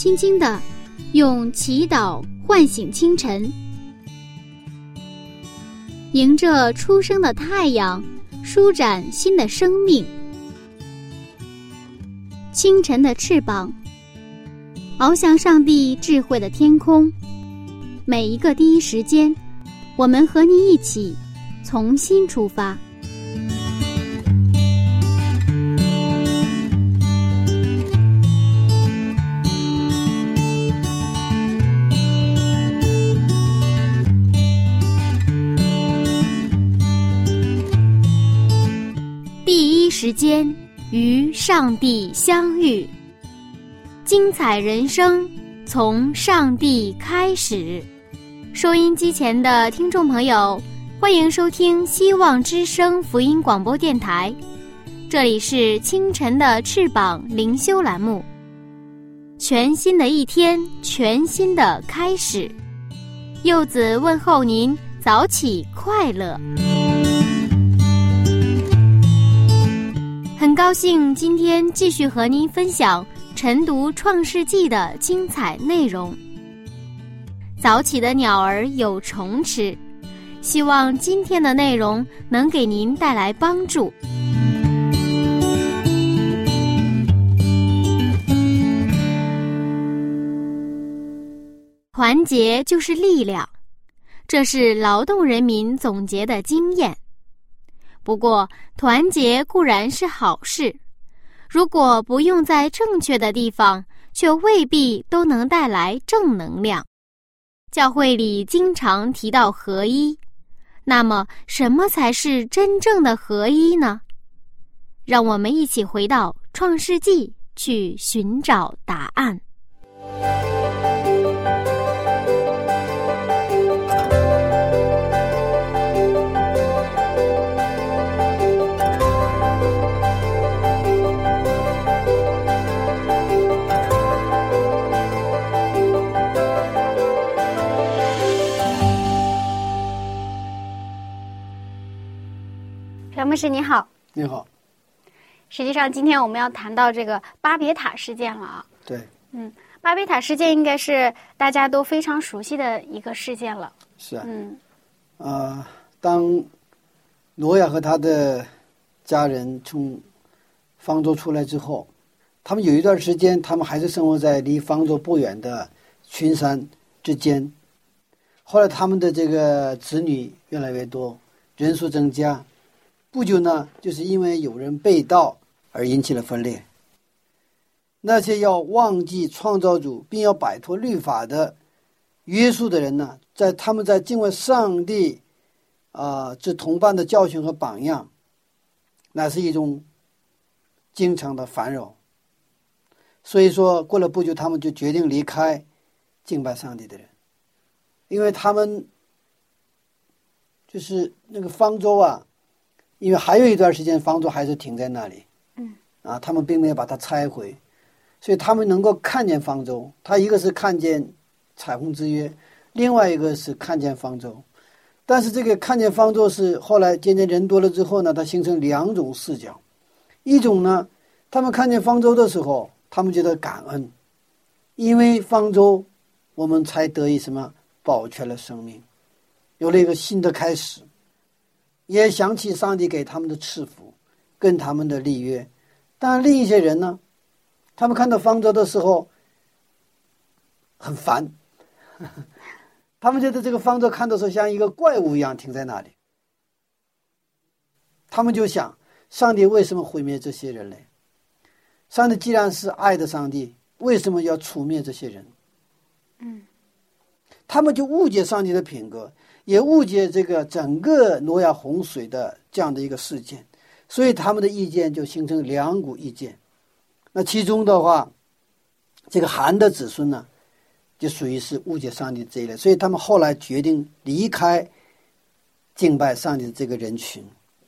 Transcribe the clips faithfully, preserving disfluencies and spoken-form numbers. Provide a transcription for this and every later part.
轻轻地用祈祷唤醒清晨，迎着初升的太阳，舒展新的生命。清晨的翅膀翱翔上帝智慧的天空，每一个第一时间，我们和你一起重新出发。第一时间与上帝相遇，精彩人生从上帝开始。收音机前的听众朋友，欢迎收听希望之声福音广播电台，这里是清晨的翅膀灵修栏目。全新的一天，全新的开始，柚子问候您早起快乐。很高兴今天继续和您分享晨读创世纪的精彩内容。早起的鸟儿有虫吃，希望今天的内容能给您带来帮助。团结就是力量，这是劳动人民总结的经验。不过，团结固然是好事，如果不用在正确的地方，却未必都能带来正能量。教会里经常提到合一，那么什么才是真正的合一呢？让我们一起回到创世纪去寻找答案。 朴牧师你好。 你好。 实际上今天我们要谈到这个巴别塔事件了啊。 对。 嗯，巴别塔事件应该是大家都非常熟悉的一个事件了。 是啊。 嗯。 呃，当挪亚和他的家人从方舟出来之后，他们有一段时间，他们还是生活在离方舟不远的群山之间。后来他们的这个子女越来越多，人数增加。不久呢，就是因为有人背道而引起了分裂。那些要忘记创造主并要摆脱律法的约束的人呢，在他们在敬畏上帝啊、呃、之同伴的教训和榜样，那是一种经常的烦扰。所以说过了不久，他们就决定离开敬拜上帝的人，因为他们就是那个方舟啊，因为还有一段时间方舟还是停在那里， 嗯， 啊，他们并没有把它拆回，所以他们能够看见方舟。他一个是看见彩虹之约，另外一个是看见方舟。但是这个看见方舟是后来渐渐人多了之后呢，它形成两种视角。一种呢，他们看见方舟的时候，他们觉得感恩，因为方舟我们才得以什么保全了生命，有了一个新的开始。也想起上帝给他们的赐福跟他们的立约。但另一些人呢，他们看到方舟的时候很烦，他们觉得这个方舟看的时候像一个怪物一样停在那里。他们就想，上帝为什么毁灭这些人类？上帝既然是爱的上帝，为什么要除灭这些人？ 嗯， 他们就误解上帝的品格，也误解这个整个挪亚洪水的这样的一个事件，所以他们的意见就形成两股意见。那其中的话，这个含的子孙呢，就属于是误解上帝这一类，所以他们后来决定离开敬拜上帝的这个人群。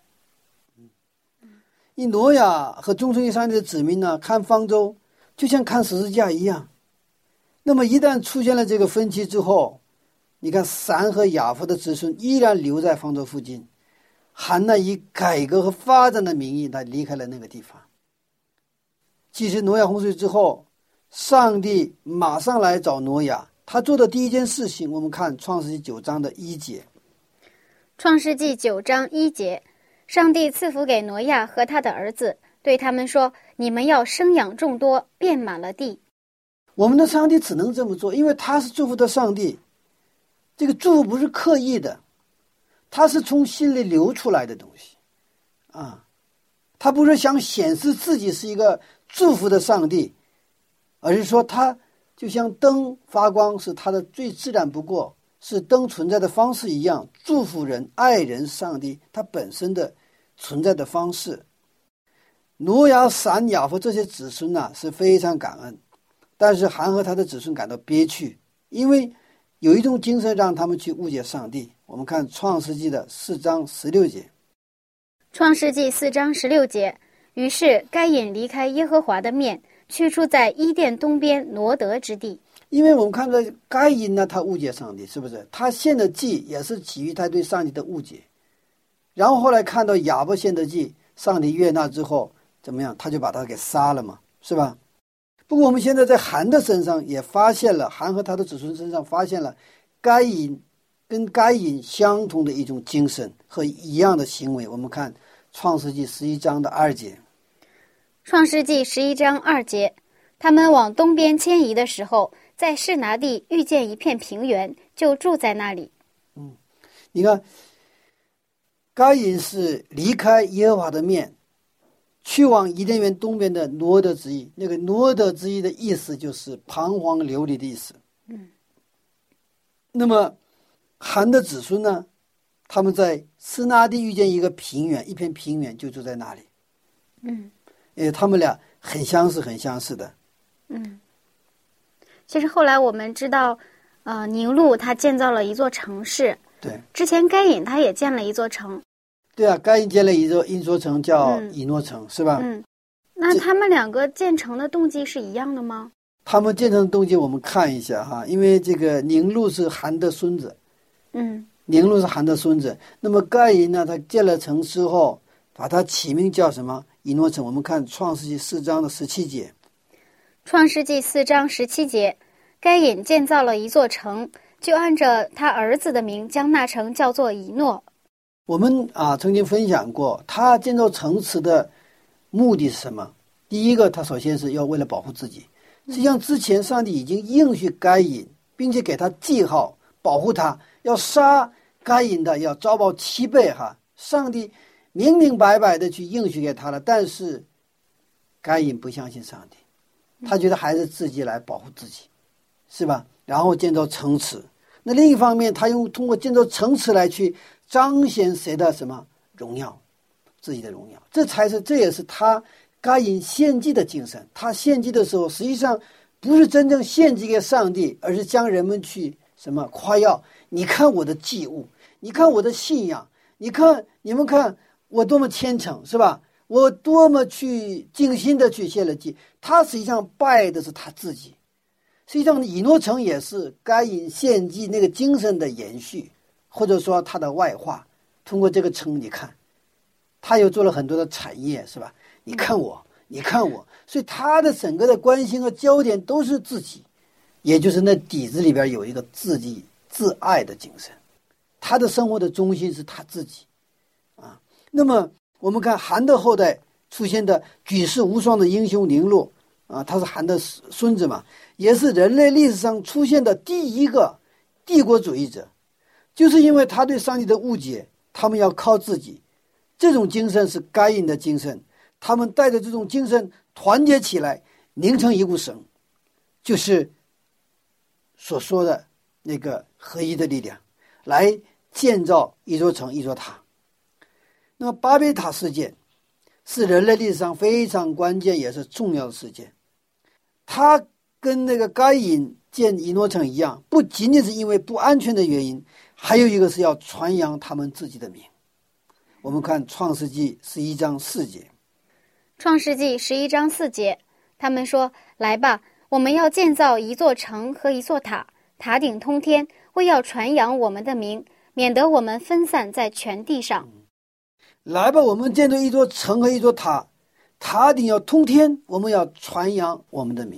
因挪亚和忠诚于上帝的子民呢，看方舟就像看十字架一样。那么一旦出现了这个分歧之后，你看闪和雅弗的子孙依然留在方舟附近，含呢以改革和发展的名义，他离开了那个地方。其实挪亚洪水之后， 上帝马上来找挪亚，他做的第一件事情，我们看创世纪九章的一节。 创世纪九章一节，上帝赐福给挪亚和他的儿子，对他们说：你们要生养众多，遍满了地。 我们的上帝只能这么做，因为他是祝福的上帝。这个祝福不是刻意的，他是从心里流出来的东西啊，他不是想显示自己是一个祝福的上帝，而是说他就像灯发光是他的最自然不过，是灯存在的方式一样，祝福人、爱人，上帝他本身的存在的方式。挪亚、闪、雅弗这些子孙呢、啊、是非常感恩，但是韩和他的子孙感到憋屈，因为有一种精神让他们去误解上帝。我们看创世纪的四章十六节。 创世纪四章十六节，于是该隐离开耶和华的面，去住在伊甸东边挪得之地。 因为我们看到该隐呢，他误解上帝，是不是？他献的祭也是基于他对上帝的误解。然后后来看到亚伯献的祭，上帝悦纳之后怎么样？他就把他给杀了嘛，是吧？不过我们现在在韩的身上也发现了，韩和他的子孙身上发现了该隐跟该隐相同的一种精神和一样的行为。我们看创世纪十一章的二节。 创世纪十一章二节，他们往东边迁移的时候，在示拿地遇见一片平原，就住在那里。 嗯，你看，该隐是离开耶和华的面，去往伊甸园东边的挪得之地。那个挪得之地的意思就是彷徨流离的意思。 嗯， 那么韩的子孙呢，他们在示拿地遇见一个平原，一片平原，就住在那里。 嗯， 呃，他们俩很相似，很相似的。 嗯，其实后来我们知道，呃，宁录他建造了一座城市。 对， 之前该隐他也建了一座城。 对啊，该隐建了一座一座城叫以诺城， 嗯、 是吧？ 嗯，那他们两个建城的动机是一样的吗？ 他们建成的动机我们看一下哈，因为这个宁录是韩的孙子。 嗯， 宁录是韩的孙子。那么该隐呢，他建了城之后，把他起名叫什么？以诺城。我们看创世纪四章的十七节。 创世纪四章十七节，该隐建造了一座城，就按着他儿子的名，将那城叫做以诺。 我们啊曾经分享过，他建造城池的目的是什么？第一个，他首先是要为了保护自己。实际上，之前上帝已经应许该隐，并且给他记号，保护他，要杀该隐的要遭报七倍哈。上帝明明白白的去应许给他了，但是该隐不相信上帝，他觉得还是自己来保护自己，是吧？然后建造城池。那另一方面，他用通过建造城池来去彰显谁的什么荣耀，自己的荣耀。这才是，这也是他该隐献祭的精神。他献祭的时候，实际上不是真正献祭给上帝，而是将人们去什么夸耀。你看我的祭物，你看我的信仰，你看你们看我多么虔诚，是吧？我多么去精心的去献了祭。他实际上拜的是他自己。实际上以诺城也是该隐献祭那个精神的延续，或者说他的外化。通过这个城，你看他又做了很多的产业，是吧？你看我，你看我，所以他的整个的关心和焦点都是自己，也就是那底子里边有一个自己自爱的精神。他的生活的中心是他自己啊。那么我们看韩的后代出现的举世无双的英雄宁录啊，他是韩的孙子嘛，也是人类历史上出现的第一个帝国主义者。就是因为他对上帝的误解，他们要靠自己。这种精神是该隐的精神，他们带着这种精神团结起来，凝成一股绳，就是所说的那个合一的力量，来建造一座城一座塔。那么巴别塔事件是人类历史上非常关键也是重要的事件。它跟那个该隐建以诺城一样，不仅仅是因为不安全的原因，还有一个是要传扬他们自己的名。我们看创世纪十一章四节。 创世纪十一章四节，他们说：来吧，我们要建造一座城和一座塔，塔顶通天，为要传扬我们的名，免得我们分散在全地上。 来吧，我们建造一座城和一座塔，塔顶要通天，我们要传扬我们的名。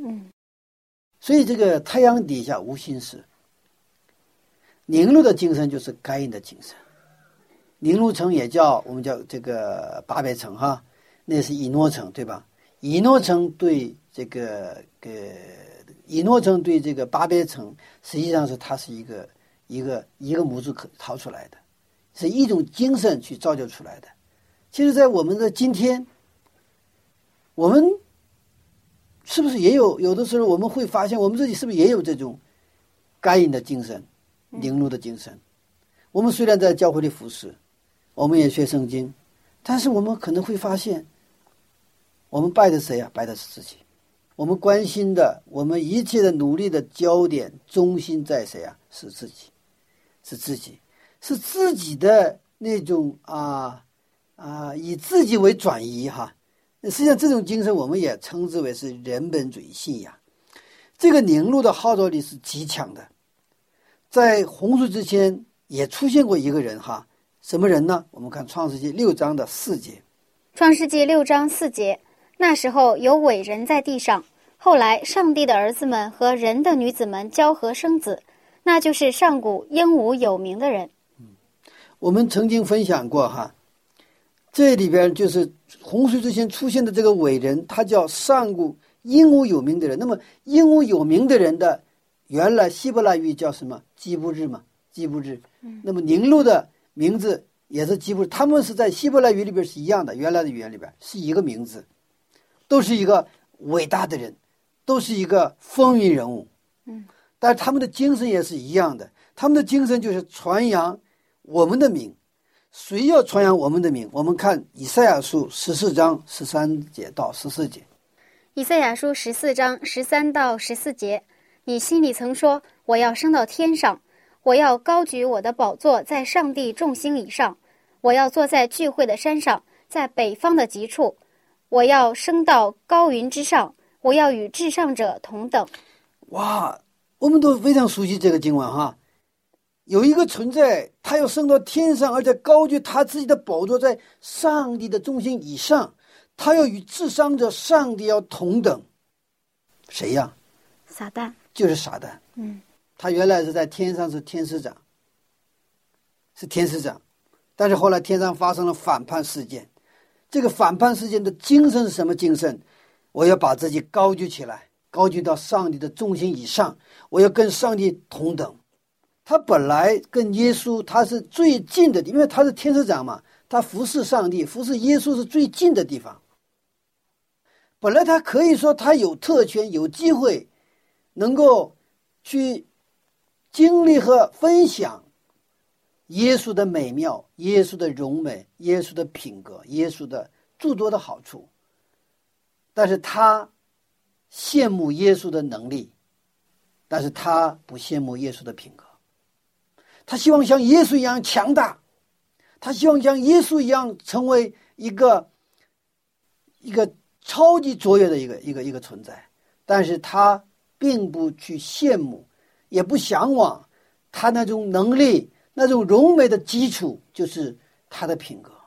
嗯， 所以这个太阳底下无心事。宁录的精神就是该隐的精神。宁录城也叫我们叫这个巴别城哈，那是以诺城对吧？以诺城对这个呃，以诺城对这个巴别城，实际上是它是一个一个一个模子可掏出来的，是一种精神去造就出来的。其实，在我们的今天，我们是不是也有有的时候我们会发现，我们自己是不是也有这种该隐的精神、宁录的精神？我们虽然在教会里服侍，我们也学圣经，但是我们可能会发现，我们拜的谁啊？拜的是自己。我们关心的，我们一切的努力的焦点中心在谁啊？是自己，是自己，是自己的那种啊啊，以自己为转移哈。实际上，这种精神我们也称之为是人本主义信仰。这个宁录的号召力是极强的。在洪水之前也出现过一个人哈，什么人呢？我们看创世纪六章的四节。 创世纪六章四节，那时候有伟人在地上，后来上帝的儿子们和人的女子们交合生子，那就是上古英武有名的人。 嗯，我们曾经分享过哈，这里边就是洪水之前出现的这个伟人，他叫上古英武有名的人。那么英武有名的人的原来希伯来语叫什么？基布日嘛，基布日。嗯，那么宁录的名字也是基布日，他们是在希伯来语里边是一样的，原来的语言里边是一个名字，都是一个伟大的人，都是一个风云人物。 嗯， 但是他们的精神也是一样的，他们的精神就是传扬我们的名。谁要传扬我们的名？我们看以赛亚书十四章十三节到十四节。 以赛亚书十四章十三到十四节，你心里曾说，我要升到天上，我要高举我的宝座在上帝众星以上，我要坐在聚会的山上，在北方的极处，我要升到高云之上，我要与至上者同等。 哇，我们都非常熟悉这个经文哈。有一个存在，他要升到天上，而且高举他自己的宝座在上帝的中心以上，他要与至上者上帝要同等。谁呀？ 撒旦。 就是撒旦。 嗯， 他原来是在天上是天使长，是天使长，但是后来天上发生了反叛事件。这个反叛事件的精神是什么精神？我要把自己高举起来，高举到上帝的中心以上，我要跟上帝同等。他本来跟耶稣他是最近的，因为他是天使长嘛，他服侍上帝，服侍耶稣是最近的地方。本来他可以说他有特权，有机会能够去经历和分享耶稣的美妙，耶稣的荣美，耶稣的品格，耶稣的诸多的好处。但是他羡慕耶稣的能力，但是他不羡慕耶稣的品格。他希望像耶稣一样强大，他希望像耶稣一样成为一个一个超级卓越的一个一个一个存在，但是他并不去羡慕，也不向往他那种能力，那种荣美的基础就是他的品格。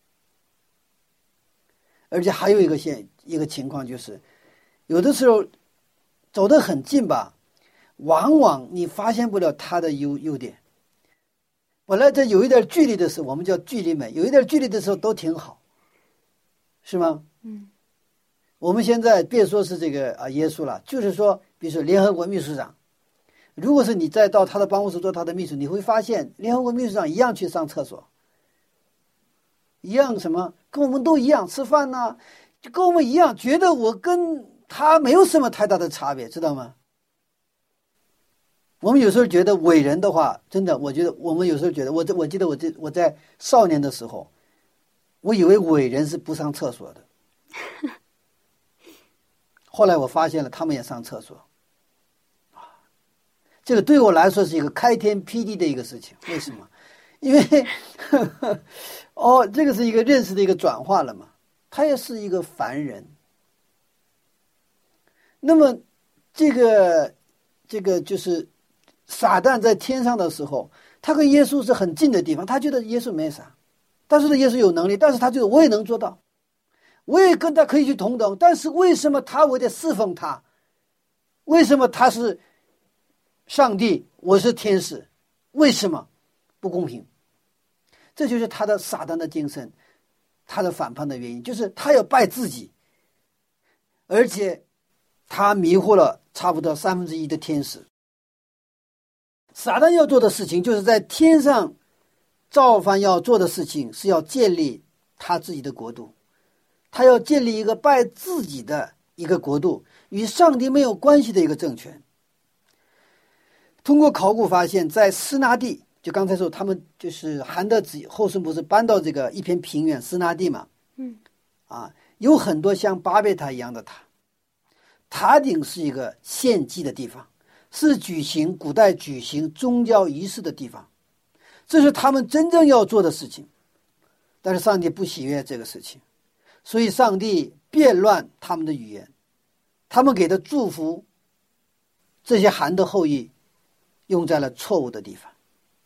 而且还有一个现一个情况就是，有的时候走得很近吧，往往你发现不了他的优优点。本来这有一点距离的时候，我们叫距离美，有一点距离的时候都挺好，是吗？ 嗯， 我们现在别说是这个啊耶稣了，就是说，比如说联合国秘书长，如果是你再到他的办公室做他的秘书，你会发现联合国秘书长一样去上厕所，一样什么，跟我们都一样吃饭呢，就跟我们一样，觉得我跟他没有什么太大的差别，知道吗？我们有时候觉得伟人的话，真的，我觉得我们有时候觉得，我我记得我这我在少年的时候，我以为伟人是不上厕所的，后来我发现了，他们也上厕所，啊，这个对我来说是一个开天辟地的一个事情。为什么？因为呵呵哦，这个是一个认识的一个转化了嘛，他也是一个凡人。那么这个这个就是撒旦在天上的时候，他跟耶稣是很近的地方，他觉得耶稣没啥，但是呢，耶稣有能力，但是他觉得我也能做到，我也跟他可以去同等，但是为什么他我得侍奉他？ 为什么他是上帝，我是天使？为什么不公平？这就是他的撒旦的精神，他的反叛的原因，就是他要拜自己，而且他迷惑了差不多三分之一的天使。撒旦要做的事情，就是在天上造反要做的事情，是要建立他自己的国度，他要建立一个拜自己的一个国度，与上帝没有关系的一个政权。通过考古发现，在斯拿地，就刚才说他们就是韩德子后世不是搬到这个一片平原斯拿地嘛， 嗯， 啊，有很多像巴别塔一样的塔，塔顶是一个献祭的地方，是举行古代举行宗教仪式的地方，这是他们真正要做的事情。但是上帝不喜悦这个事情，所以上帝变乱他们的语言，他们给的祝福，这些韩的后裔用在了错误的地方。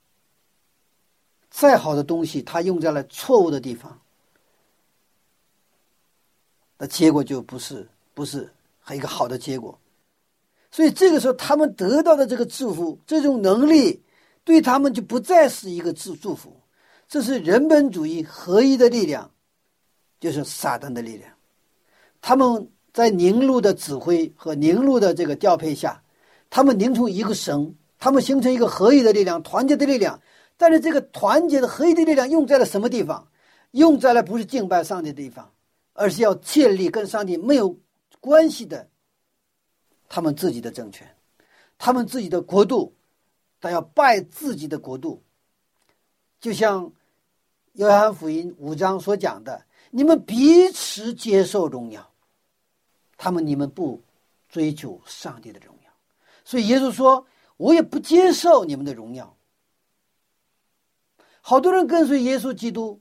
再好的东西，他用在了错误的地方，那结果就不是不是一个好的结果。所以这个时候他们得到的这个祝福，这种能力对他们就不再是一个祝福，这是人本主义合一的力量，就是撒旦的力量。他们在宁录的指挥和宁录的这个调配下，他们凝成一个绳，他们形成一个合一的力量，团结的力量。但是这个团结的合一的力量用在了什么地方？用在了不是敬拜上帝的地方，而是要建立跟上帝没有关系的他们自己的政权，他们自己的国度，他要拜自己的国度。就像约翰福音五章所讲的，你们彼此接受荣耀，他们你们不追求上帝的荣耀，所以耶稣说我也不接受你们的荣耀。好多人跟随耶稣基督，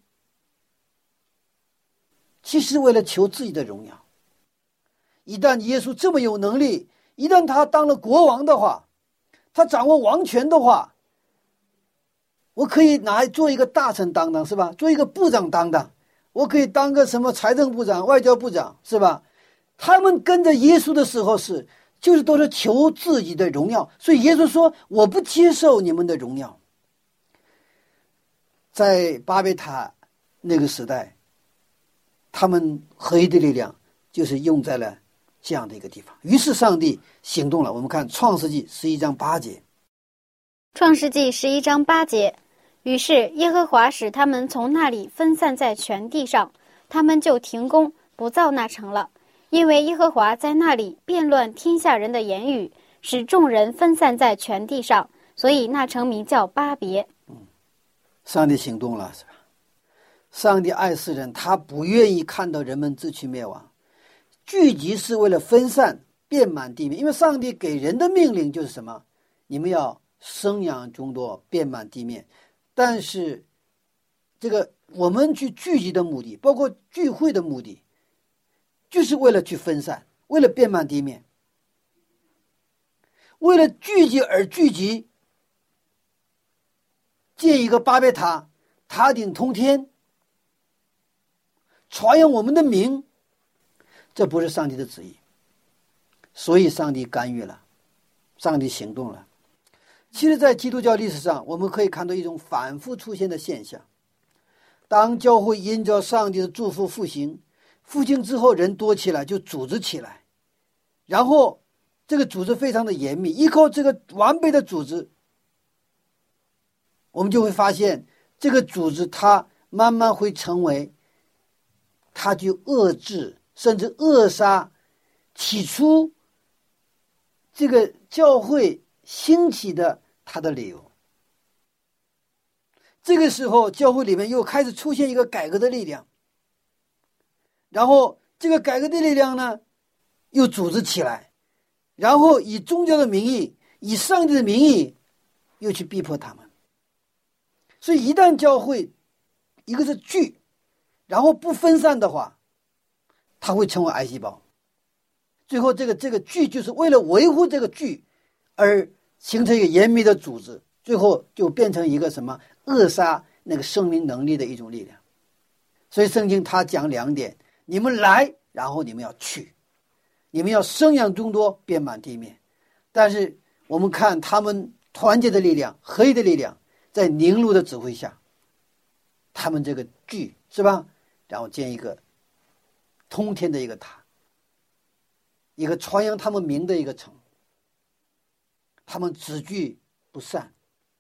其实为了求自己的荣耀。一旦耶稣这么有能力，一旦他当了国王的话，他掌握王权的话，我可以拿做一个大臣当当，是吧？做一个部长当当，我可以当个什么财政部长、外交部长，是吧？他们跟着耶稣的时候是就是都是求自己的荣耀，所以耶稣说我不接受你们的荣耀。在巴别塔那个时代，他们合一的力量就是用在了这样的一个地方，于是上帝行动了。我们看创世纪十一章八节， 创世纪十一章八节，于是耶和华使他们从那里分散在全地上，他们就停工不造那城了，因为耶和华在那里变乱天下人的言语，使众人分散在全地上，所以那城名叫巴别。 上帝行动了，是吧？上帝爱世人，他不愿意看到人们自取灭亡。聚集是为了分散，遍满地面，因为上帝给人的命令就是什么？你们要生养众多，遍满地面。但是这个我们去聚集的目的，包括聚会的目的，就是为了去分散，为了遍满地面，为了聚集而聚集，建一个巴别塔，塔顶通天，传扬我们的名，这不是上帝的旨意，所以上帝干预了，上帝行动了。其实在基督教历史上，我们可以看到一种反复出现的现象，当教会因着上帝的祝福复兴，复兴之后人多起来就组织起来，然后这个组织非常的严密，依靠这个完备的组织，我们就会发现这个组织它慢慢会成为，它就遏制甚至扼杀起初这个教会兴起的它的理由。这个时候教会里面又开始出现一个改革的力量，然后这个改革的力量呢又组织起来，然后以宗教的名义，以上帝的名义又去逼迫他们。所以一旦教会一个是聚，然后不分散的话，它会成为癌细胞。最后这个这个聚就是为了维护这个聚而形成一个严密的组织，最后就变成一个什么扼杀那个生命能力的一种力量。所以圣经它讲两点，你们来，然后你们要去，你们要生养众多，遍满地面。 但是我们看他们团结的力量，合一的力量，在宁录的指挥下，他们这个聚是吧，然后建一个通天的一个塔，一个传扬他们名的一个城，他们只聚不散。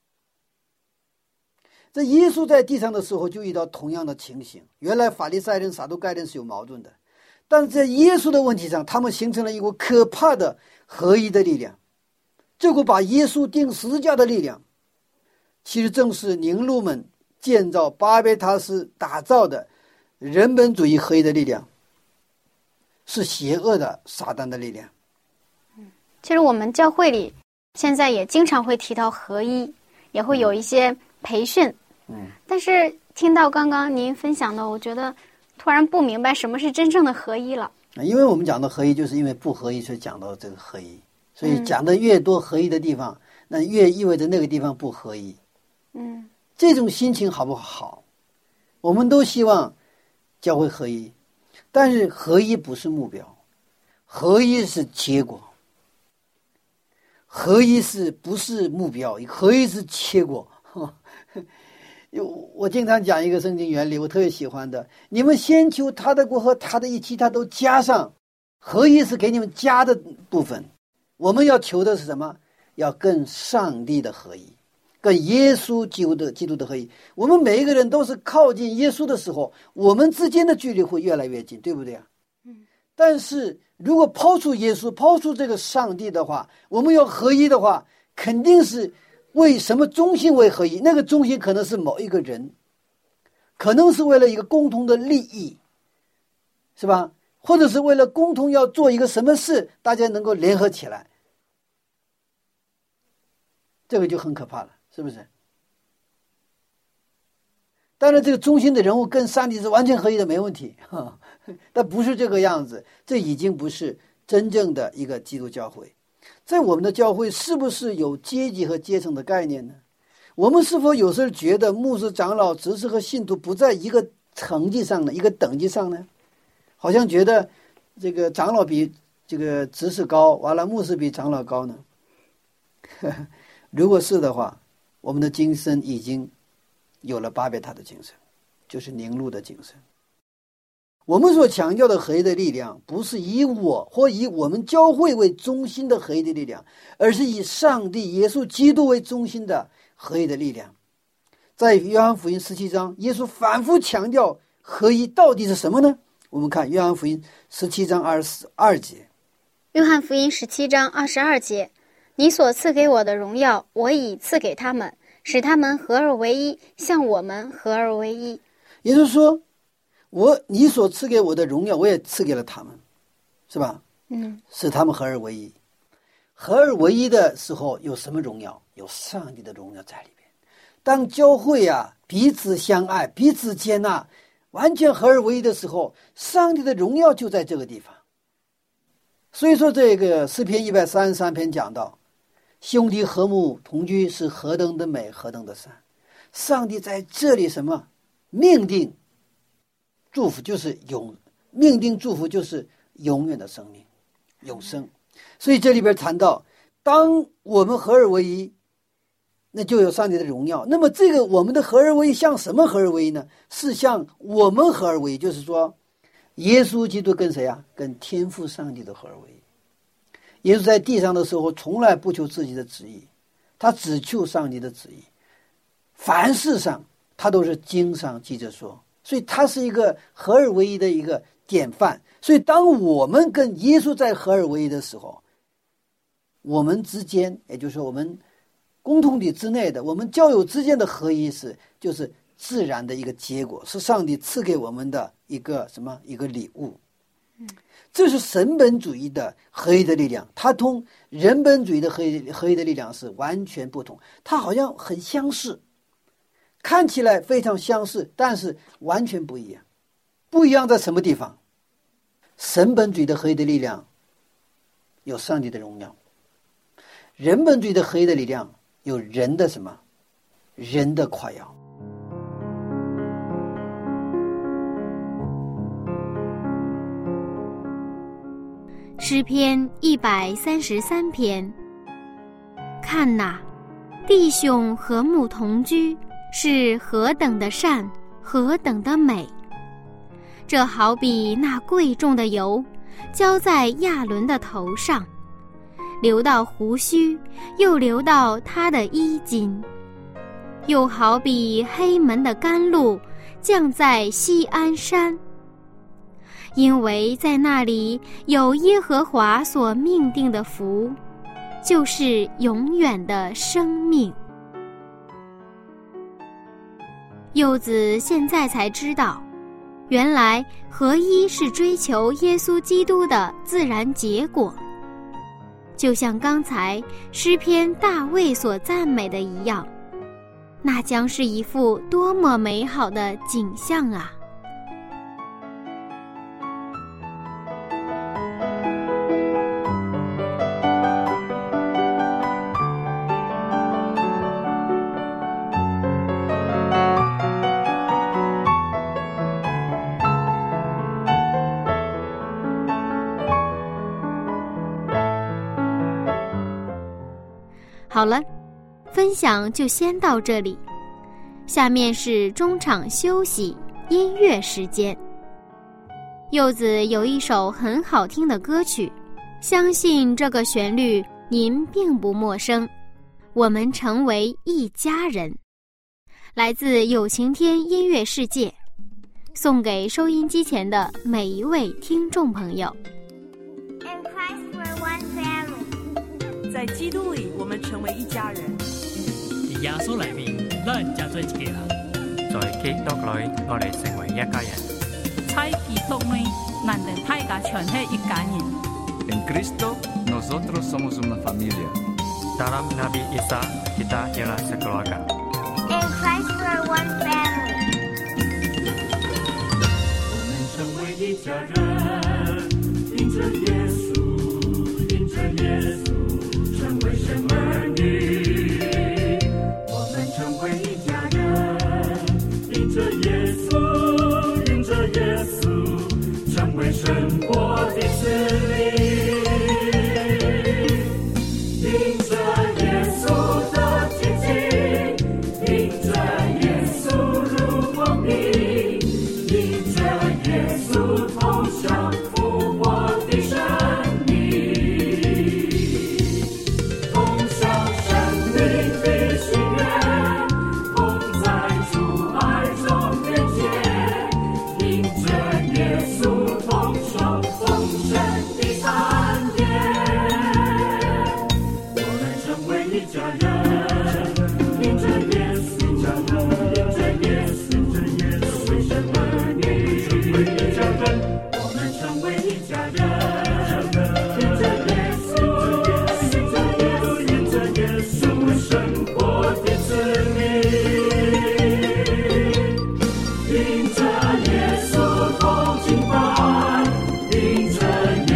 这耶稣在地上的时候就遇到同样的情形，原来法利赛人撒都该人是有矛盾的，但是在耶稣的问题上，他们形成了一股可怕的合一的力量。这股把耶稣钉十字架的力量，其实正是宁录们建造巴别塔斯打造的人本主义合一的力量，是邪恶的撒旦的力量。 其实我们教会里现在也经常会提到合一，也会有一些培训。 嗯， 但是听到刚刚您分享的，我觉得突然不明白什么是真正的合一了。 因为我们讲的合一，就是因为不合一，所以讲到这个合一。所以讲的越多合一的地方，那越意味着那个地方不合一。 嗯， 这种心情好不好？我们都希望教会合一，但是合一不是目标，合一是结果。合一是不是目标？合一是结果。我经常讲一个圣经原理，我特别喜欢的，你们先求他的国和他的义，其他都加上。合一是给你们加的部分，我们要求的是什么？要跟上帝的合一，跟耶稣基督的基督的合一。我们每一个人都是靠近耶稣的时候，我们之间的距离会越来越近，对不对啊？ 嗯。 但是如果抛出耶稣，抛出这个上帝的话，我们要合一的话，肯定是为什么中心为合一？那个中心可能是某一个人，可能是为了一个共同的利益，是吧？或者是为了共同要做一个什么事，大家能够联合起来，这个就很可怕了，是不是？当然这个中心的人物跟上帝是完全合一的，没问题，但不是这个样子，这已经不是真正的一个基督教会。在我们的教会是不是有阶级和阶层的概念呢？我们是否有时候觉得牧师、长老、执事和信徒不在一个层级上呢，一个等级上呢？好像觉得这个长老比这个执事高，完了牧师比长老高呢？如果是的话，我们的精神已经有了巴别塔的精神，就是宁录的精神。我们所强调的合一的力量，不是以我或以我们教会为中心的合一的力量，而是以上帝耶稣基督为中心的合一的力量。在约翰福音十七章，耶稣反复强调合一到底是什么呢？我们看约翰福音十七章二十二节。 约翰福音十七章二十二节，你所赐给我的荣耀，我已赐给他们，使他们合而为一，像我们合而为一。 也就是说，我你所赐给我的荣耀，我也赐给了他们，是吧？ 嗯， 使他们合而为一。合而为一的时候，有什么荣耀？有上帝的荣耀在里边。当教会啊彼此相爱，彼此接纳，完全合而为一的时候，上帝的荣耀就在这个地方。所以说这个诗篇一百三十三篇讲到，兄弟和睦同居是何等的美，何等的善。上帝在这里什么命定祝福，就是永命定祝福就是永远的生命，永生。所以这里边谈到，当我们合而为一，那就有上帝的荣耀。那么这个我们的合而为一像什么合而为一呢？是像我们合而为一，就是说耶稣基督跟谁啊？跟天父上帝的合而为一。耶稣在地上的时候从来不求自己的旨意，他只求上帝的旨意，凡事上他都是经上记着说，所以他是一个合而为一的一个典范。所以当我们跟耶稣在合而为一的时候，我们之间，也就是说我们共同体之内的，我们教友之间的合一是就是自然的一个结果，是上帝赐给我们的一个什么一个礼物。这是神本主义的合一的力量，它同人本主义的合一合一的力量是完全不同。它好像很相似，看起来非常相似，但是完全不一样。不一样在什么地方？神本主义的合一的力量有上帝的荣耀，人本主义的合一的力量有人的什么？人的夸耀。 诗篇一百三十三篇， 看哪，弟兄和睦同居，是何等的善，何等的美！这好比那贵重的油，浇在亚伦的头上，流到胡须，又流到他的衣襟，又好比黑门的甘露降在锡安山，因为在那里有耶和华所命定的福，就是永远的生命。柚子现在才知道，原来合一是追求耶稣基督的自然结果，就像刚才诗篇大卫所赞美的一样，那将是一幅多么美好的景象啊！好了，分享就先到这里，下面是中场休息音乐时间。柚子有一首很好听的歌曲，相信这个旋律您并不陌生，我们成为一家人，来自有晴天音乐世界，送给收音机前的每一位听众朋友。 在基督里，我们成为一家人。 在耶穌裏面，咱就做一家人。 在基督裏，我哋成為一家人。 在基督裏，咱哋大家全係一家人。 En Cristo, nosotros somos una familia. Dalam Nabi Isa, kita ialah sekeluarga. In Christ, we're one family. 我们成为一家人，因着耶稣，因着耶稣。为神儿女，我们成为一家人，因着耶稣，因着耶稣，成为神国的子民，因着耶稣的洁净，因着耶稣入光明，因着耶稣同享复活的生命。因着耶稣同敬拜，因着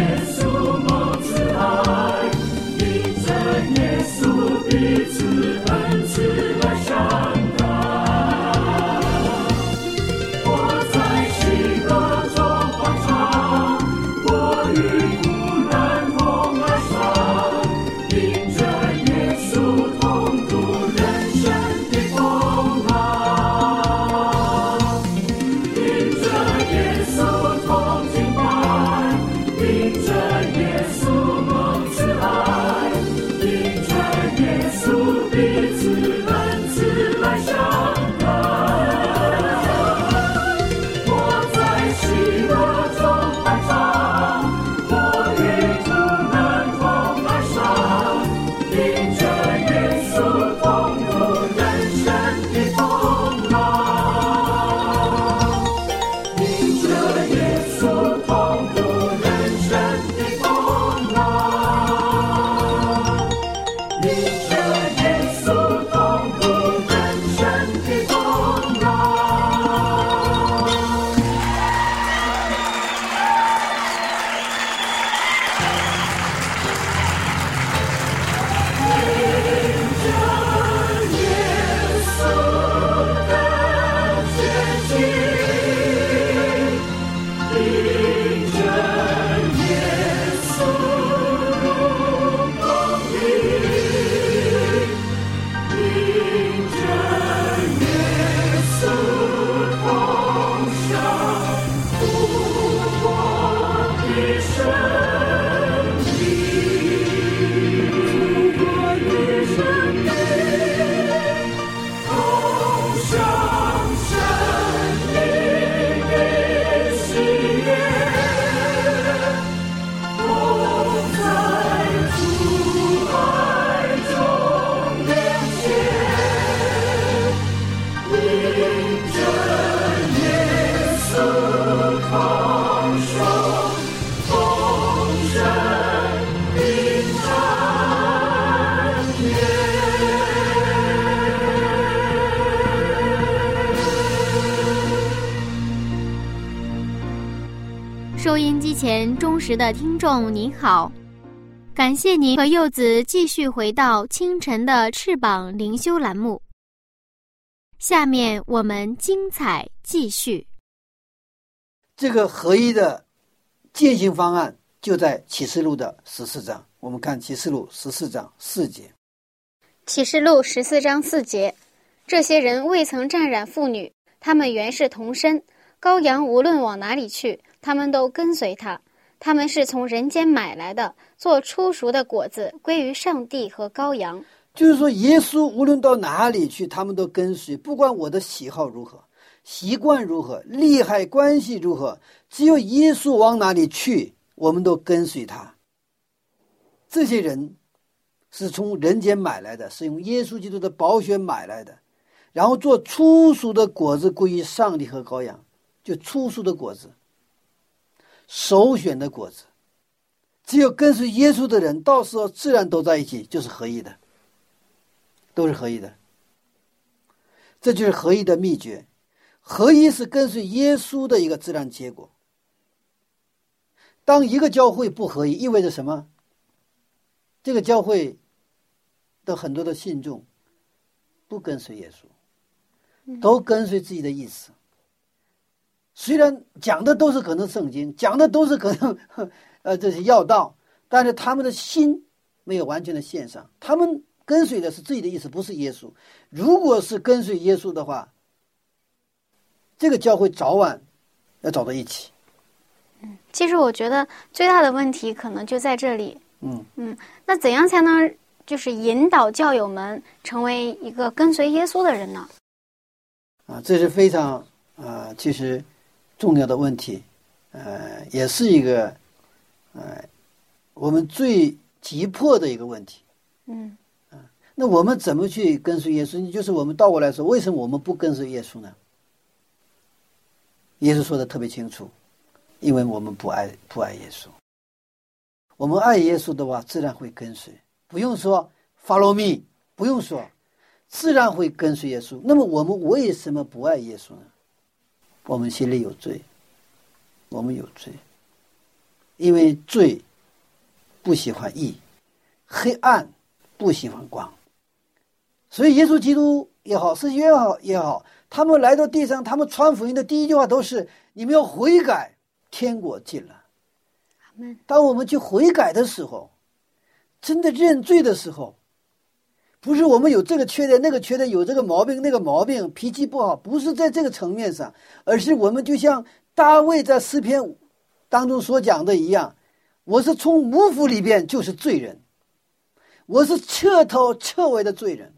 收音机前忠实的听众您好，感谢您和柚子继续回到清晨的翅膀灵修栏目。下面我们精彩继续。 这个合一的践行方案就在启示录的十四章，我们看启示录十四章四节。 启示录十四章四节，这些人未曾沾染妇女，他们原是同身，羔羊无论往哪里去，他们都跟随他。他们是从人间买来的，做初熟的果子，归于上帝和羔羊。 就是说耶稣无论到哪里去，他们都跟随，不管我的喜好如何，习惯如何，利害关系如何，只有耶稣往哪里去，我们都跟随他。这些人是从人间买来的，是用耶稣基督的宝血买来的，然后做初熟的果子归于上帝和羔羊。就初熟的果子，首选的果子，只有跟随耶稣的人，到时候自然都在一起，就是合一的，都是合一的。这就是合一的秘诀。合一是跟随耶稣的一个自然结果。当一个教会不合一，意味着什么？这个教会的很多的信众不跟随耶稣，都跟随自己的意思。虽然讲的都是可能圣经，讲的都是可能呃这些要道，但是他们的心没有完全的献上，他们跟随的是自己的意思，不是耶稣。如果是跟随耶稣的话，这个教会早晚要走到一起。 嗯，其实我觉得最大的问题可能就在这里。 嗯嗯，那怎样才能就是引导教友们成为一个跟随耶稣的人呢？ 啊，这是非常啊、呃，其实重要的问题，呃，也是一个呃我们最急迫的一个问题。 嗯啊，那我们怎么去跟随耶稣？就是我们倒过来说，为什么我们不跟随耶稣呢？耶稣说的特别清楚，因为我们不爱不爱耶稣。我们爱耶稣的话，自然会跟随，不用说 follow me， 不用说，自然会跟随耶稣。那么我们为什么不爱耶稣呢？我们心里有罪，我们有罪，因为罪不喜欢义，黑暗不喜欢光。所以耶稣基督也好，圣经也好也好，他们来到地上，他们传福音的第一句话都是：你们要悔改，天国近了。当我们去悔改的时候，真的认罪的时候，不是我们有这个缺点那个缺点，有这个毛病那个毛病，脾气不好，不是在这个层面上，而是我们就像大卫在诗篇当中所讲的一样，我是从母腹里边就是罪人，我是彻头彻尾的罪人。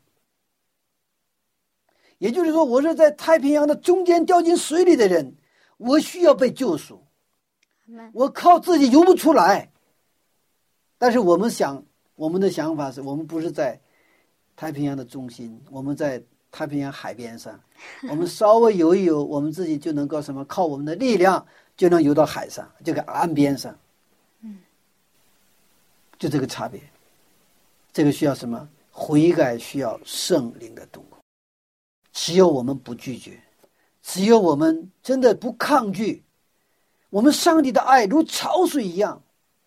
也就是说，我是在太平洋的中间掉进水里的人，我需要被救赎，我靠自己游不出来。但是我们想，我们的想法是我们不是在太平洋的中心，我们在太平洋海边上，我们稍微游一游，我们自己就能够什么，靠我们的力量就能游到海上，这个岸边上。 嗯， 就这个差别。这个需要什么？悔改需要圣灵的动工。只有我们不拒绝，只有我们真的不抗拒，我们上帝的爱如潮水一样，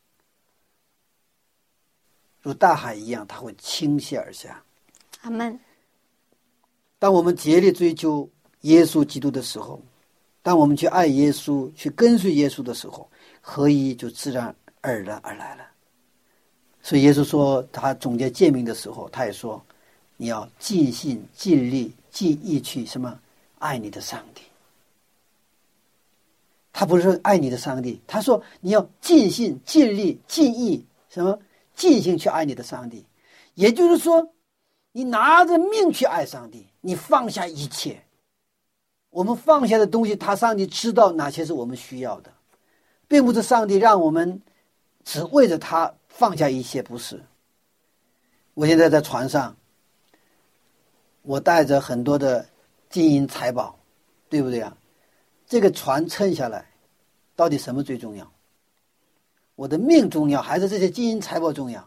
如大海一样，它会倾泻而下。 阿们。 当我们竭力追求耶稣基督的时候，当我们去爱耶稣，去跟随耶稣的时候，合一就自然而然而来了。所以耶稣说，他总结诫命的时候，他也说，你要尽心尽力尽意去什么爱你的上帝。 他不是说爱你的上帝，他说你要尽心尽力尽意什么尽心去爱你的上帝。也就是说你拿着命去爱上帝，你放下一切。我们放下的东西，他上帝知道哪些是我们需要的，并不是上帝让我们只为着他放下一切，不是。我现在在船上，我带着很多的金银财宝，对不对啊？这个船撑下来，到底什么最重要？我的命重要，还是这些金银财宝重要？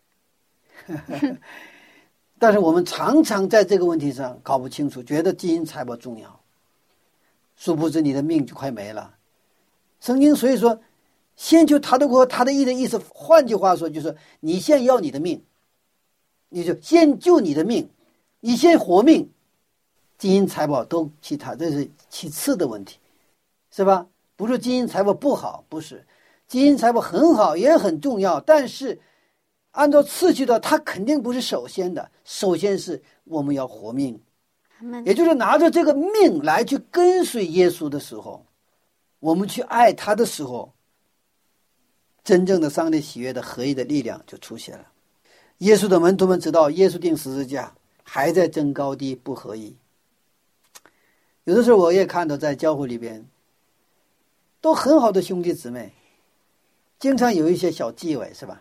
但是我们常常在这个问题上搞不清楚，觉得金银财宝重要，殊不知你的命就快没了。圣经所以说先求他的国他的义的意思，换句话说就是你先要你的命，你就先救你的命，你先活命，金银财宝都其他，这是其次的问题，是吧？不是金银财宝不好，不是，金银财宝很好也很重要，但是按照次序的，它肯定不是首先的，首先是我们要活命，也就是拿着这个命来去跟随耶稣的时候，我们去爱他的时候，真正的上帝喜悦的合一的力量就出现了。耶稣的门徒们知道耶稣钉十字架还在争高低不合一。有的时候我也看到在教会里边都很好的兄弟姊妹，经常有一些小忌讳，是吧？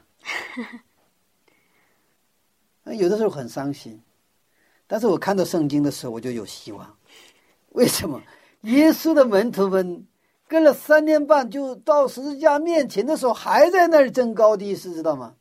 有的时候很伤心，但是我看到圣经的时候我就有希望。为什么？耶稣的门徒们跟了三年半，就到十字架面前的时候还在那儿争高低，是知道吗？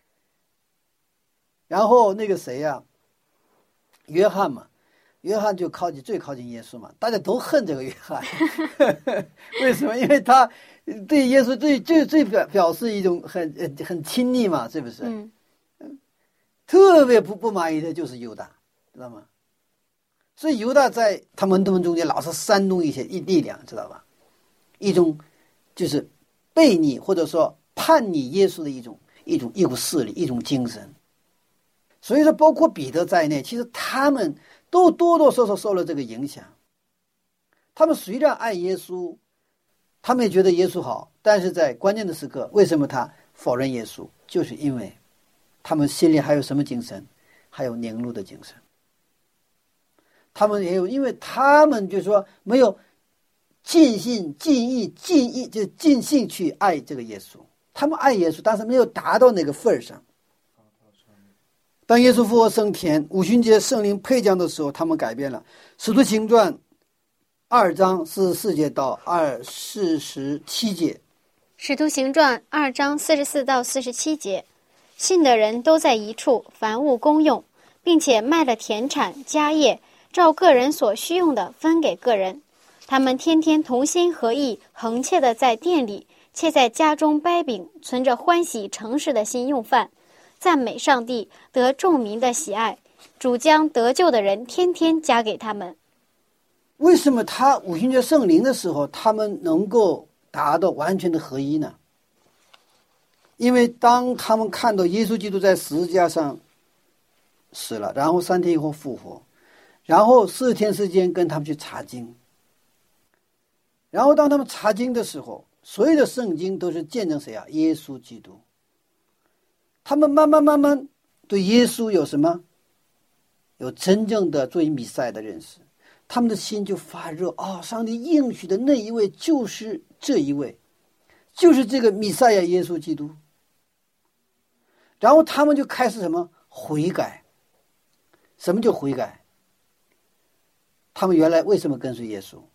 然后那个谁呀、啊，约翰嘛，约翰就靠近最靠近耶稣嘛，大家都恨这个约翰。为什么？因为他对耶稣最最最表表示一种很很亲密嘛，是不是？ 嗯。 特别不不满意的就是犹大，知道吗？所以犹大在他们他们中间老是煽动一些力量，知道吧？一种就是背逆或者说叛逆耶稣的一种一种一股势力，一种精神。所以说包括彼得在内，其实他们都多多少少受了这个影响。他们虽然爱耶稣，他们也觉得耶稣好，但是在关键的时刻，为什么他否认耶稣？就是因为他们心里还有什么精神？还有凝露的精神。他们也有，因为他们就说没有尽心尽意尽意就尽兴去爱这个耶稣，他们爱耶稣，但是没有达到那个份上。当耶稣复活升天，五旬节圣灵配降的时候，他们改变了。使徒行传二章四十四节到二四十七节。 使徒行传二章四十四到四十七节，信的人都在一处，凡物公用，并且卖了田产家业，照个人所需用的分给个人。他们天天同心合意，恒切的在店里，且在家中掰饼，存着欢喜诚实的心用饭，赞美上帝，得众民的喜爱。主将得救的人天天加给他们。 为什么他五旬节圣灵的时候，他们能够达到完全的合一呢？因为当他们看到耶稣基督在十字架上死了，然后三天以后复活，然后四天时间跟他们去查经，然后当他们查经的时候，所有的圣经都是见证谁啊？耶稣基督。他们慢慢慢慢对耶稣有什么？有真正的作为弥赛亚的认识，他们的心就发热啊、哦！上帝应许的那一位就是这一位，就是这个弥赛亚耶稣基督。然后他们就开始什么？悔改。什么叫悔改？他们原来为什么跟随耶稣？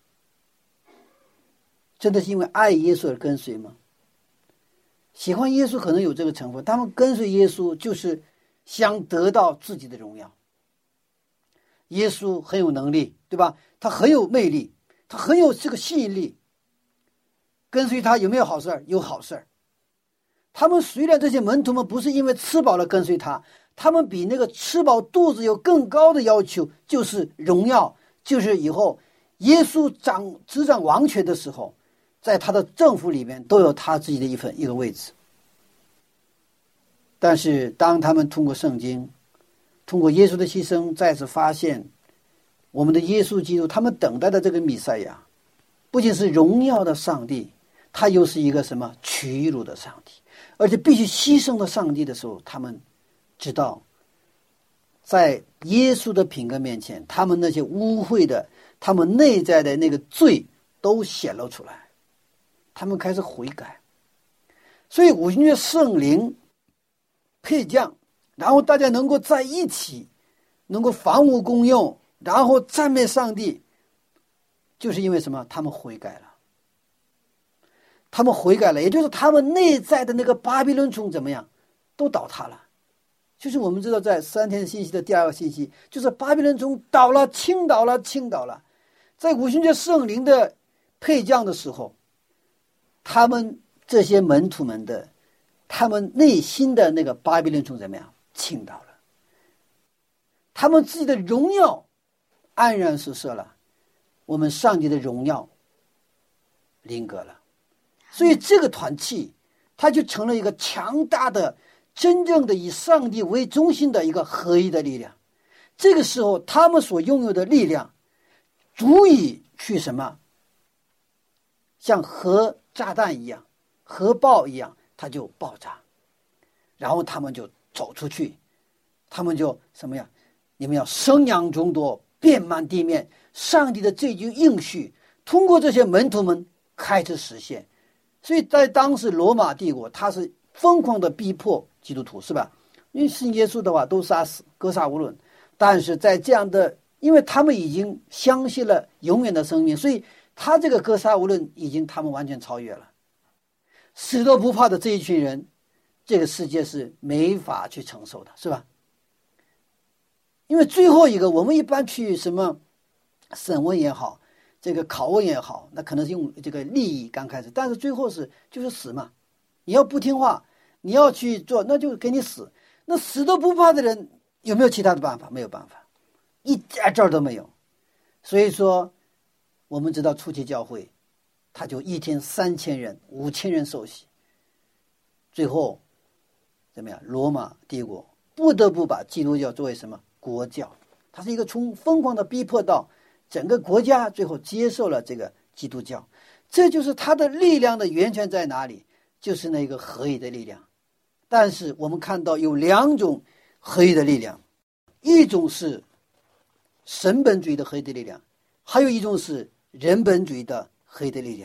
真的是因为爱耶稣而跟随吗？喜欢耶稣可能有这个成分，他们跟随耶稣就是想得到自己的荣耀。耶稣很有能力，对吧？他很有魅力，他很有这个吸引力。跟随他有没有好事？有好事。他们虽然这些门徒们不是因为吃饱了跟随他，他们比那个吃饱肚子有更高的要求，就是荣耀，就是以后耶稣掌执掌王权的时候，在他的政府里面都有他自己的一份一个位置。但是当他们通过圣经，通过耶稣的牺牲，再次发现我们的耶稣基督，他们等待的这个弥赛亚不仅是荣耀的上帝，他又是一个什么屈辱的上帝，而且必须牺牲的上帝的时候，他们知道在耶稣的品格面前，他们那些污秽的，他们内在的那个罪都显露出来，他们开始悔改。所以五旬节圣灵配降，然后大家能够在一起，能够房屋共用，然后赞美上帝，就是因为什么？他们悔改了，他们悔改了，也就是他们内在的那个巴比伦城怎么样，都倒塌了。就是我们知道，在三天信息的第二个信息，就是巴比伦城倒了，倾倒了，倾倒了。在五旬节圣灵的配降的时候，他们这些门徒们的，他们内心的那个巴比伦城怎么样，倾倒了。他们自己的荣耀黯然失色了，我们上帝的荣耀临格了。所以这个团契，它就成了一个强大的、真正的以上帝为中心的一个合一的力量。这个时候，他们所拥有的力量，足以去什么？像核炸弹一样，核爆一样，它就爆炸，然后他们就走出去，他们就什么呀？你们要生养众多，遍满地面。上帝的这句应许，通过这些门徒们开始实现。所以在当时罗马帝国，他是疯狂的逼迫基督徒，是吧？因为信耶稣的话都杀死，格杀无论。但是在这样的，因为他们已经相信了永远的生命，所以他这个格杀无论已经他们完全超越了。死都不怕的这一群人，这个世界是没法去承受的，是吧？因为最后一个，我们一般去什么审问也好，这个拷问也好，那可能是用这个利益刚开始，但是最后是就是死嘛。你要不听话，你要去做，那就给你死。那死都不怕的人，有没有其他的办法？没有办法，一点招都没有。所以说，我们知道初期教会，他就一天三千人、五千人受洗，最后怎么样？罗马帝国不得不把基督教作为什么国教？它是一个从疯狂的逼迫到整个国家最后接受了这个基督教。这就是它的力量的源泉在哪里？就是那个合一的力量。但是我们看到有两种合一的力量，一种是神本主义的合一的力量，还有一种是人本主义的合一的力量。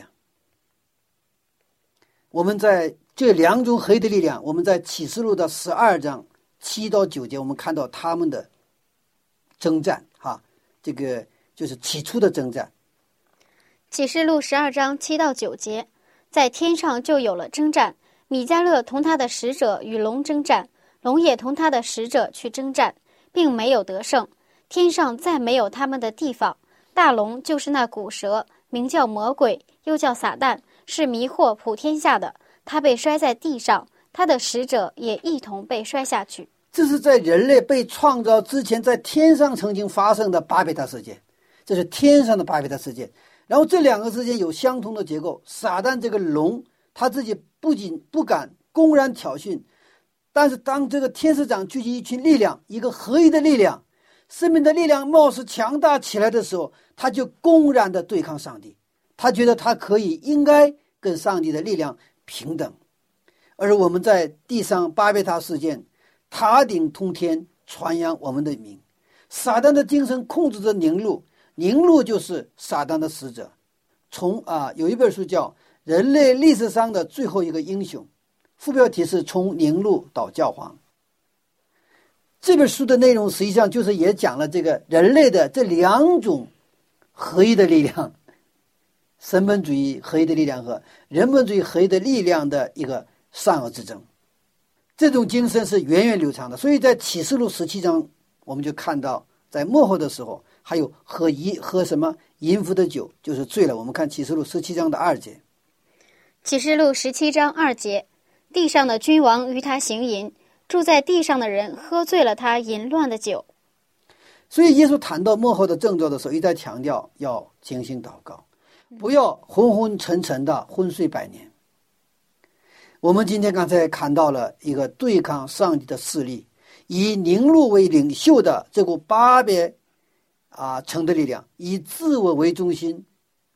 我们在这两种合一的力量，我们在启示录的十二章七到九节，我们看到他们的征战，哈，这个就是起初的征战。 启示录十二章七到九节，在天上就有了征战，米迦勒同他的使者与龙征战，龙也同他的使者去征战，并没有得胜。天上再没有他们的地方。大龙就是那古蛇，名叫魔鬼，又叫撒旦，是迷惑普天下的。他被摔在地上，他的使者也一同被摔下去。 这是在人类被创造之前，在天上曾经发生的巴别塔事件，这是天上的巴别塔事件。然后这两个之间有相同的结构。撒旦这个龙，他自己不仅不敢公然挑衅，但是当这个天使长聚集一群力量，一个合一的力量，生命的力量貌似强大起来的时候，他就公然的对抗上帝。他觉得他可以应该跟上帝的力量平等。而我们在地上巴别塔事件，塔顶通天，传扬我们的名。撒旦的精神控制着宁录，宁录就是撒旦的使者。从啊，有一本书叫《人类历史上的最后一个英雄》，副标题是从宁录到教皇。这本书的内容实际上就是也讲了这个人类的这两种合一的力量，神本主义合一的力量和人本主义合一的力量的一个善恶之争。这种精神是源远流长的。所以在启示录十七章，我们就看到在末后的时候，还有喝一喝什么淫妇的酒，就是醉了。我们看启示录十七章的二节。 启示录十七章二节，地上的君王与他行淫，住在地上的人喝醉了他淫乱的酒。 所以耶稣谈到末后的征兆的时候，一再强调要警醒祷告，不要昏昏沉沉的昏睡百年。我们今天刚才看到了一个对抗上帝的势力，以宁录为领袖的这股巴别啊城的力量，以自我为中心，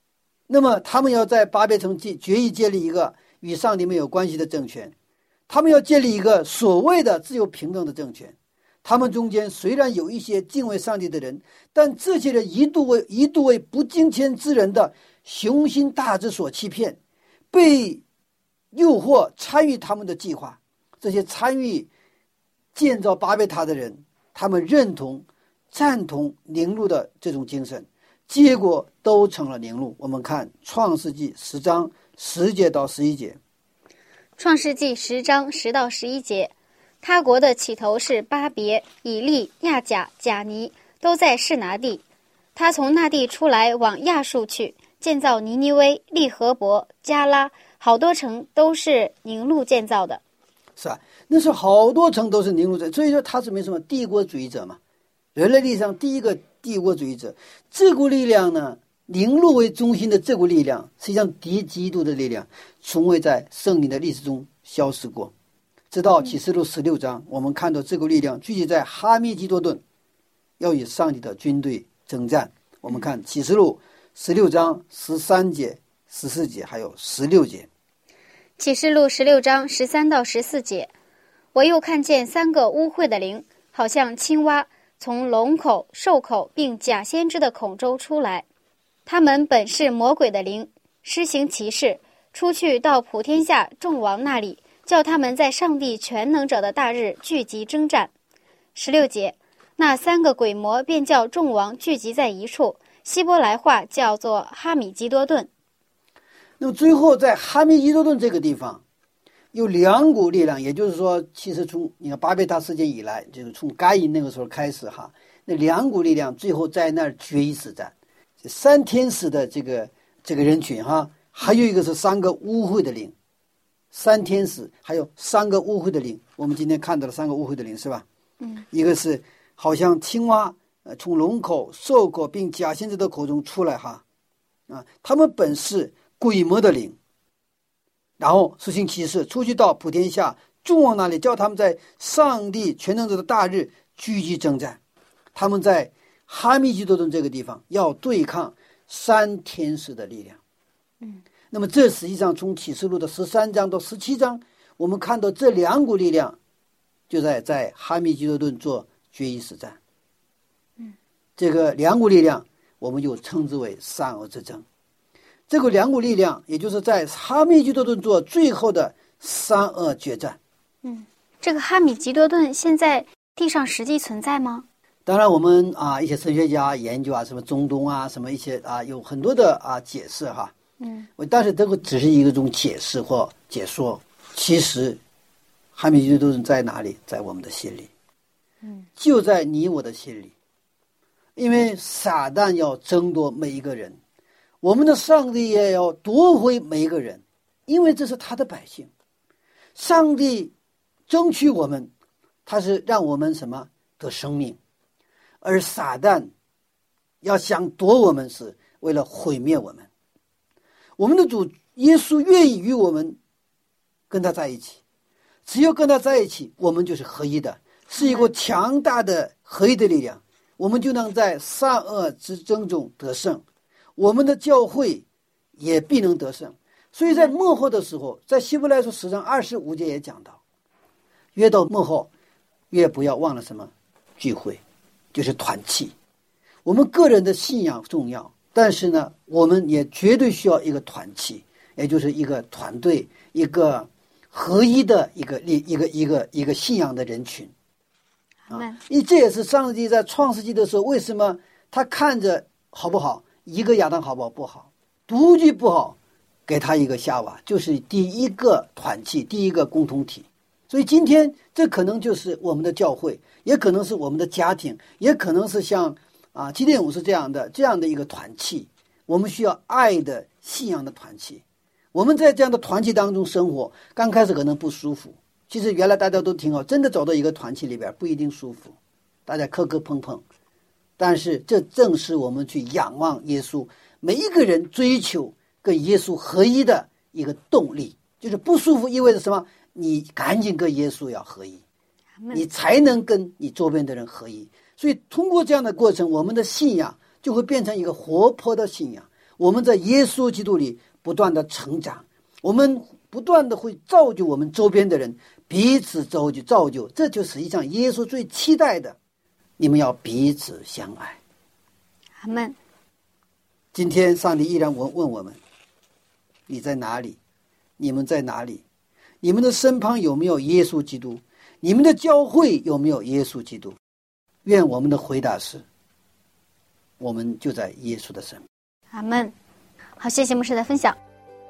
那么他们要在巴别城决意建立一个与上帝没有关系的政权，他们要建立一个所谓的自由平等的政权。他们中间虽然有一些敬畏上帝的人，但这些人一度为一度为不敬虔之人的雄心大志所欺骗，被诱惑参与他们的计划。这些参与建造巴别塔的人，他们认同赞同宁录的这种精神，结果都成了宁录。我们看创世纪十章十节到十一节。 创世纪十章十到十一节，他国的起头是巴别、以利、亚甲、甲尼，都在示拿地。他从那地出来，往亚述去，建造尼尼微、利河伯、加拉，好多城都是宁录建造的。 是啊，那时候好多城都是宁录者，所以说他是没什么帝国主义者嘛，人类历史上第一个帝国主义者。这股力量呢，宁录为中心的这股力量，实际上敌基督的力量，从未在圣灵的历史中消失过。直到启示录十六章，我们看到这股力量聚集在哈密基多顿，要与上帝的军队征战。我们看启示录十六章十三节、十四节，还有十六节。 启示录十六章十三到十四节，我又看见三个污秽的灵，好像青蛙，从龙口、兽口并假先知的口中出来。他们本是魔鬼的灵，施行奇事，出去到普天下众王那里，叫他们在上帝全能者的大日聚集征战。十六节，那三个鬼魔便叫众王聚集在一处，希伯来话叫做哈米基多顿。 那么最后在哈密基多顿这个地方有两股力量，也就是说其实从你看巴别塔事件以来，就是从该隐那个时候开始哈，那两股力量最后在那儿决一死战。三天使的这个这个人群哈，还有一个是三个污秽的灵，三天使还有三个污秽的灵，我们今天看到了三个污秽的灵是吧？ 嗯， 一个是好像青蛙，呃，从龙口、兽口并假先知的口中出来哈，啊，他们本是鬼魔的灵，然后实行奇事，出去到普天下众王那里，叫他们在上帝全能者的大日聚集征战。他们在哈密基多顿这个地方要对抗三天使的力量。 嗯， 那么这实际上从启示录的十三章到十七章，我们看到这两股力量就在在哈密基多顿做决一死战。 嗯， 这个两股力量我们就称之为善恶之争。这个两股力量也就是在哈密基多顿做最后的善恶决战。 嗯，这个哈米基多顿现在地上实际存在吗？ 当然我们啊一些神学家研究啊什么中东啊什么一些啊有很多的啊解释哈。 嗯， 但是这个只是一种解释或解说，其实哈密基多顿在哪里？在我们的心里。 嗯， 就在你我的心里。因为撒旦要争夺每一个人，我们的上帝也要夺回每一个人，因为这是他的百姓。上帝争取我们，他是让我们什么得生命，而撒旦要想夺我们，是为了毁灭我们。我们的主耶稣愿意与我们跟他在一起，只有跟他在一起，我们就是合一的，是一个强大的合一的力量，我们就能在善恶之争中得胜，我们的教会也必能得胜。所以在末后的时候，在希伯来书十章二十五节也讲到，越到末后越不要忘了什么聚会，就是团契。我们个人的信仰重要，但是呢我们也绝对需要一个团契，也就是一个团队，一个合一的一个一个一个一个信仰的人群啊。因为这也是上帝在创世纪的时候，为什么他看着好不好，一个亚当好不好？不好，独居不好，给他一个夏娃，就是第一个团契，第一个共同体。所以今天这可能就是我们的教会，也可能是我们的家庭，也可能是像啊基甸武士这样的这样的一个团契。我们需要爱的信仰的团契。我们在这样的团契当中生活，刚开始可能不舒服，其实原来大家都挺好，真的走到一个团契里边不一定舒服，大家磕磕碰碰，但是这正是我们去仰望耶稣，每一个人追求跟耶稣合一的一个动力。就是不舒服意味着什么？你赶紧跟耶稣要合一，你才能跟你周边的人合一。所以通过这样的过程，我们的信仰就会变成一个活泼的信仰， 我们在耶稣基督里不断的成长，我们不断的会造就我们周边的人，彼此造就造就，这就实际上耶稣最期待的，你们要彼此相爱。 阿们。 今天上帝依然问问我们，你在哪里？你们在哪里？你们的身旁有没有耶稣基督？你们的教会有没有耶稣基督？愿我们的回答是，我们就在耶稣的身边。 阿们。好，谢谢牧师的分享。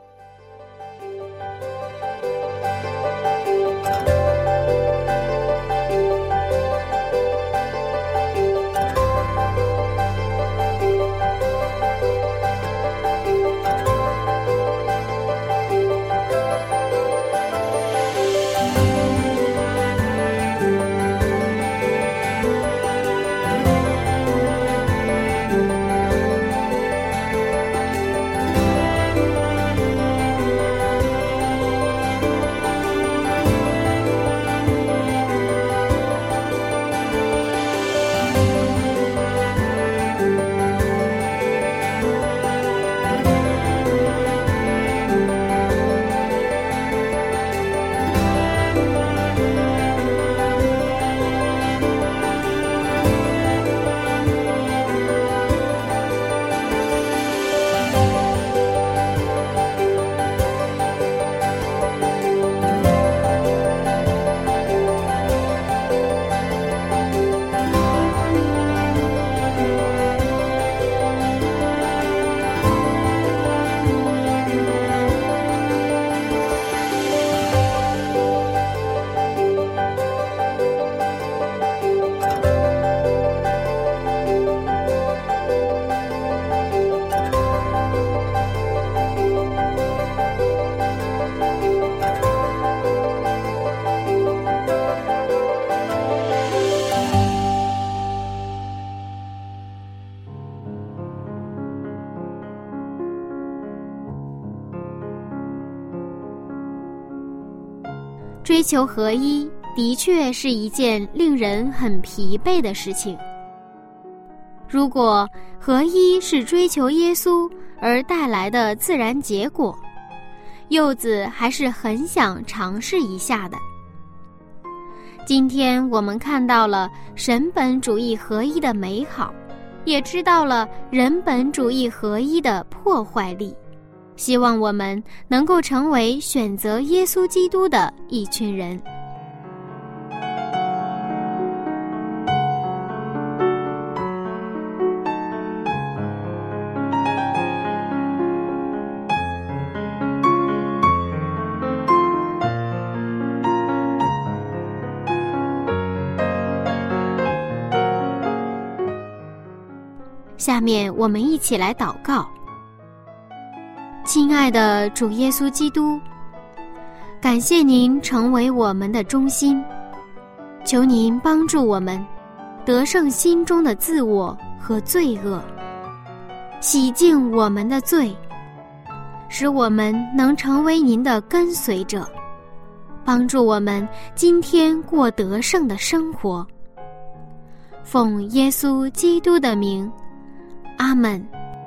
追求合一的确是一件令人很疲惫的事情。如果合一是追求耶稣而带来的自然结果，柚子还是很想尝试一下的。今天我们看到了神本主义合一的美好，也知道了人本主义合一的破坏力。希望我们能够成为选择耶稣基督的一群人。下面我们一起来祷告。亲爱的主耶稣基督，感谢您成为我们的中心，求您帮助我们得胜心中的自我和罪恶，洗净我们的罪，使我们能成为您的跟随者，帮助我们今天过得胜的生活。奉耶稣基督的名，阿们。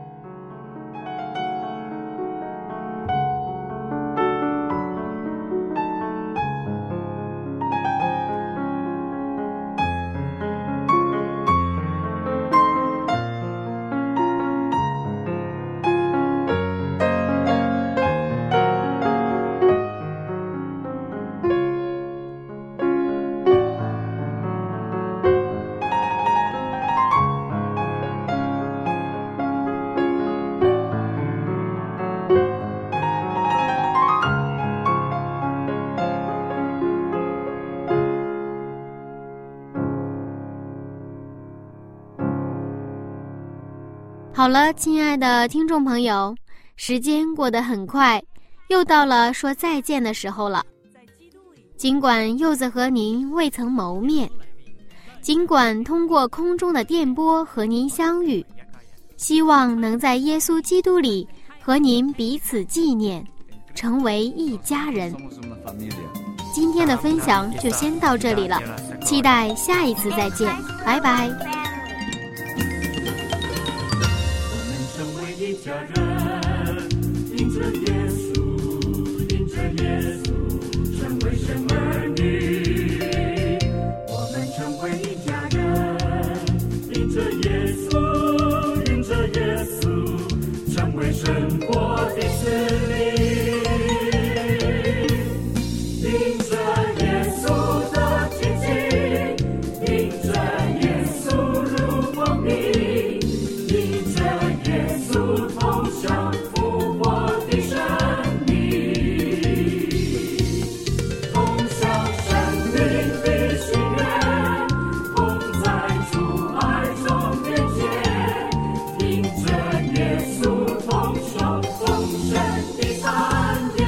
好了，亲爱的听众朋友，时间过得很快，又到了说再见的时候了。尽管柚子和您未曾谋面，尽管通过空中的电波和您相遇，希望能在耶稣基督里和您彼此纪念，成为一家人。今天的分享就先到这里了，期待下一次再见，拜拜。 我们成为一家人。 着耶稣，因着耶稣，成为神儿女。我们成为一家人，因着耶稣，因着耶稣，成为神国的子民。因着耶稣的奇迹，因着耶稣如光明，因着耶稣同享复活的生命，同享生命的喜悦，同在主爱中连结，因着耶稣同享丰盛的产业。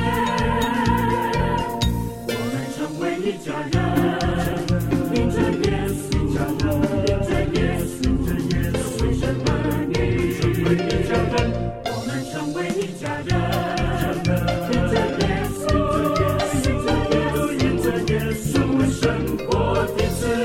我们成为一家人，因着耶稣，因着耶稣，成为神儿女，成为一家人。我们成为一家人，因着耶稣，因着耶稣，因着耶稣，成为神国的子